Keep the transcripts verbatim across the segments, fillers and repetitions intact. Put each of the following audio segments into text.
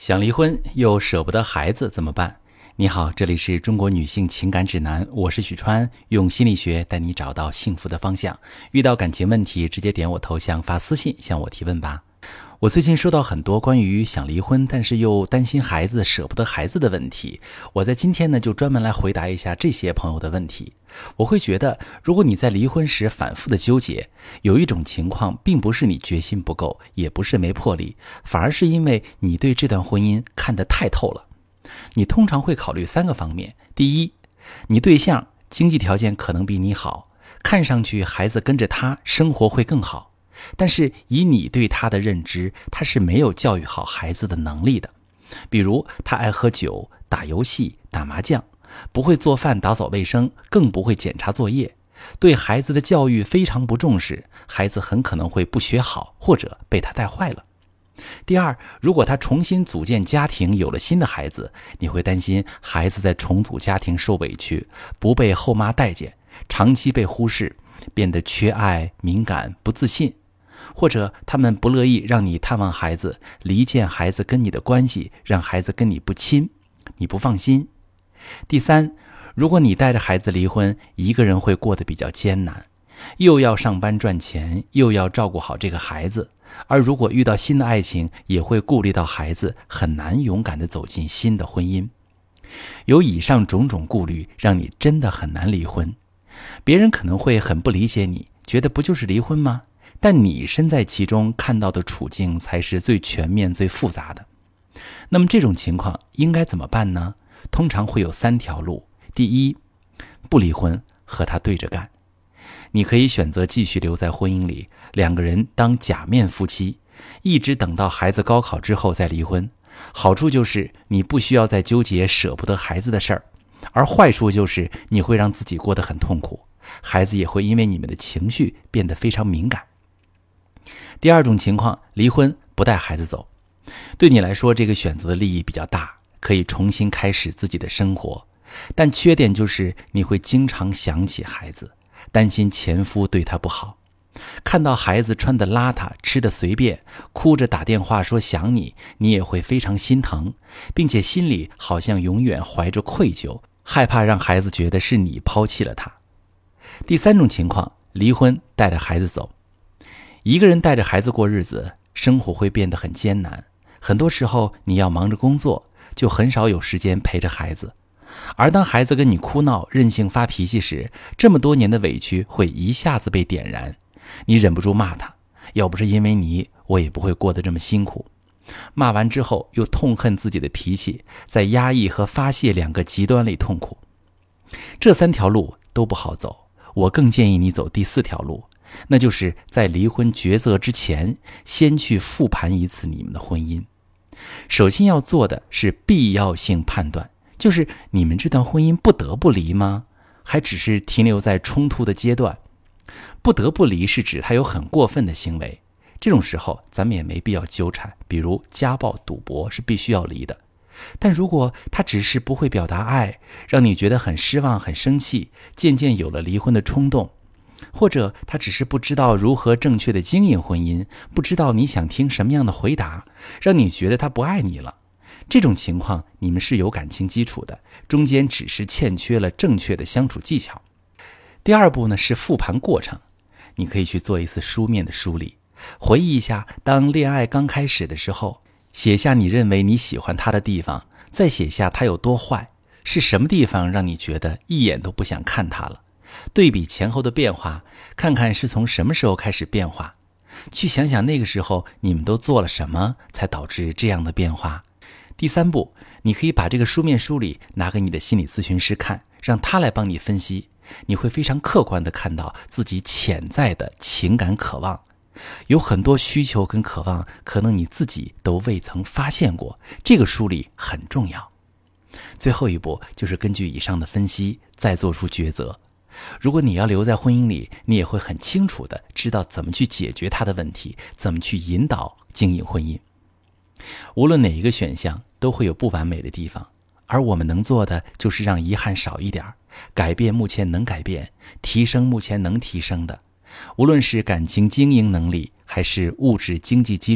想离婚又舍不得孩子怎么办？你好，这里是中国女性情感指南，我是许川，用心理学带你找到幸福的方向。遇到感情问题，直接点我头像发私信向我提问吧。我最近收到很多关于想离婚但是又担心孩子舍不得孩子的问题，我在今天呢就专门来回答一下这些朋友的问题。我会觉得，如果你在离婚时反复的纠结，有一种情况并不是你决心不够，也不是没魄力，反而是因为你对这段婚姻看得太透了。你通常会考虑三个方面。第一，你对象经济条件可能比你好，看上去孩子跟着他生活会更好，但是以你对他的认知，他是没有教育好孩子的能力的。比如他爱喝酒、打游戏、打麻将，不会做饭打扫卫生，更不会检查作业，对孩子的教育非常不重视，孩子很可能会不学好，或者被他带坏了。第二，如果他重新组建家庭，有了新的孩子，你会担心孩子在重组家庭受委屈，不被后妈待见，长期被忽视，变得缺爱、敏感、不自信，或者他们不乐意让你探望孩子，离间孩子跟你的关系，让孩子跟你不亲，你不放心。第三，如果你带着孩子离婚，一个人会过得比较艰难，又要上班赚钱，又要照顾好这个孩子，而如果遇到新的爱情，也会顾虑到孩子，很难勇敢地走进新的婚姻。有以上种种顾虑，让你真的很难离婚。别人可能会很不理解你，觉得不就是离婚吗？但你身在其中，看到的处境才是最全面、最复杂的。那么这种情况应该怎么办呢？通常会有三条路。第一，不离婚，和他对着干。你可以选择继续留在婚姻里，两个人当假面夫妻，一直等到孩子高考之后再离婚。好处就是你不需要再纠结舍不得孩子的事儿，而坏处就是你会让自己过得很痛苦，孩子也会因为你们的情绪变得非常敏感。第二种情况，离婚不带孩子走。对你来说，这个选择的利益比较大，可以重新开始自己的生活，但缺点就是你会经常想起孩子，担心前夫对他不好，看到孩子穿得邋遢，吃得随便，哭着打电话说想你，你也会非常心疼，并且心里好像永远怀着愧疚，害怕让孩子觉得是你抛弃了他。第三种情况，离婚带着孩子走。一个人带着孩子过日子，生活会变得很艰难，很多时候你要忙着工作，就很少有时间陪着孩子。而当孩子跟你哭闹、任性发脾气时，这么多年的委屈会一下子被点燃，你忍不住骂他，要不是因为你，我也不会过得这么辛苦。骂完之后又痛恨自己的脾气，在压抑和发泄两个极端里痛苦。这三条路都不好走，我更建议你走第四条路，那就是在离婚抉择之前，先去复盘一次你们的婚姻。首先要做的是必要性判断，就是你们这段婚姻不得不离吗？还只是停留在冲突的阶段？不得不离是指他有很过分的行为，这种时候咱们也没必要纠缠，比如家暴、赌博是必须要离的。但如果他只是不会表达爱，让你觉得很失望、很生气，渐渐有了离婚的冲动，或者他只是不知道如何正确的经营婚姻，不知道你想听什么样的回答，让你觉得他不爱你了，这种情况你们是有感情基础的，中间只是欠缺了正确的相处技巧。第二步呢是复盘过程，你可以去做一次书面的梳理，回忆一下当恋爱刚开始的时候，写下你认为你喜欢他的地方，再写下他有多坏，是什么地方让你觉得一眼都不想看他了，对比前后的变化，看看是从什么时候开始变化，去想想那个时候你们都做了什么才导致这样的变化。第三步，你可以把这个书面梳理拿给你的心理咨询师看，让他来帮你分析，你会非常客观地看到自己潜在的情感渴望，有很多需求跟渴望可能你自己都未曾发现过，这个梳理很重要。最后一步就是根据以上的分析再做出抉择。如果你要留在婚姻里，你也会很清楚地知道怎么去解决他的问题，怎么去引导经营婚姻。无论哪一个选项都会有不完美的地方，而我们能做的就是让遗憾少一点，改变目前能改变，提升目前能提升的。无论是感情经营能力还是物质经济基础，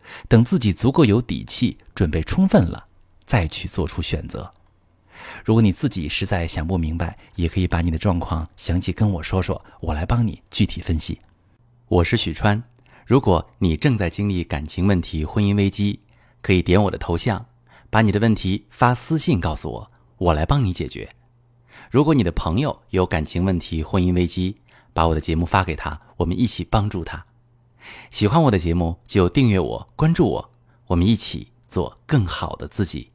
等自己足够有底气，准备充分了，再去做出选择。如果你自己实在想不明白，也可以把你的状况详细跟我说说，我来帮你具体分析。我是许川，如果你正在经历感情问题、婚姻危机，可以点我的头像，把你的问题发私信告诉我，我来帮你解决。如果你的朋友有感情问题、婚姻危机，把我的节目发给他，我们一起帮助他。喜欢我的节目就订阅我、关注我，我们一起做更好的自己。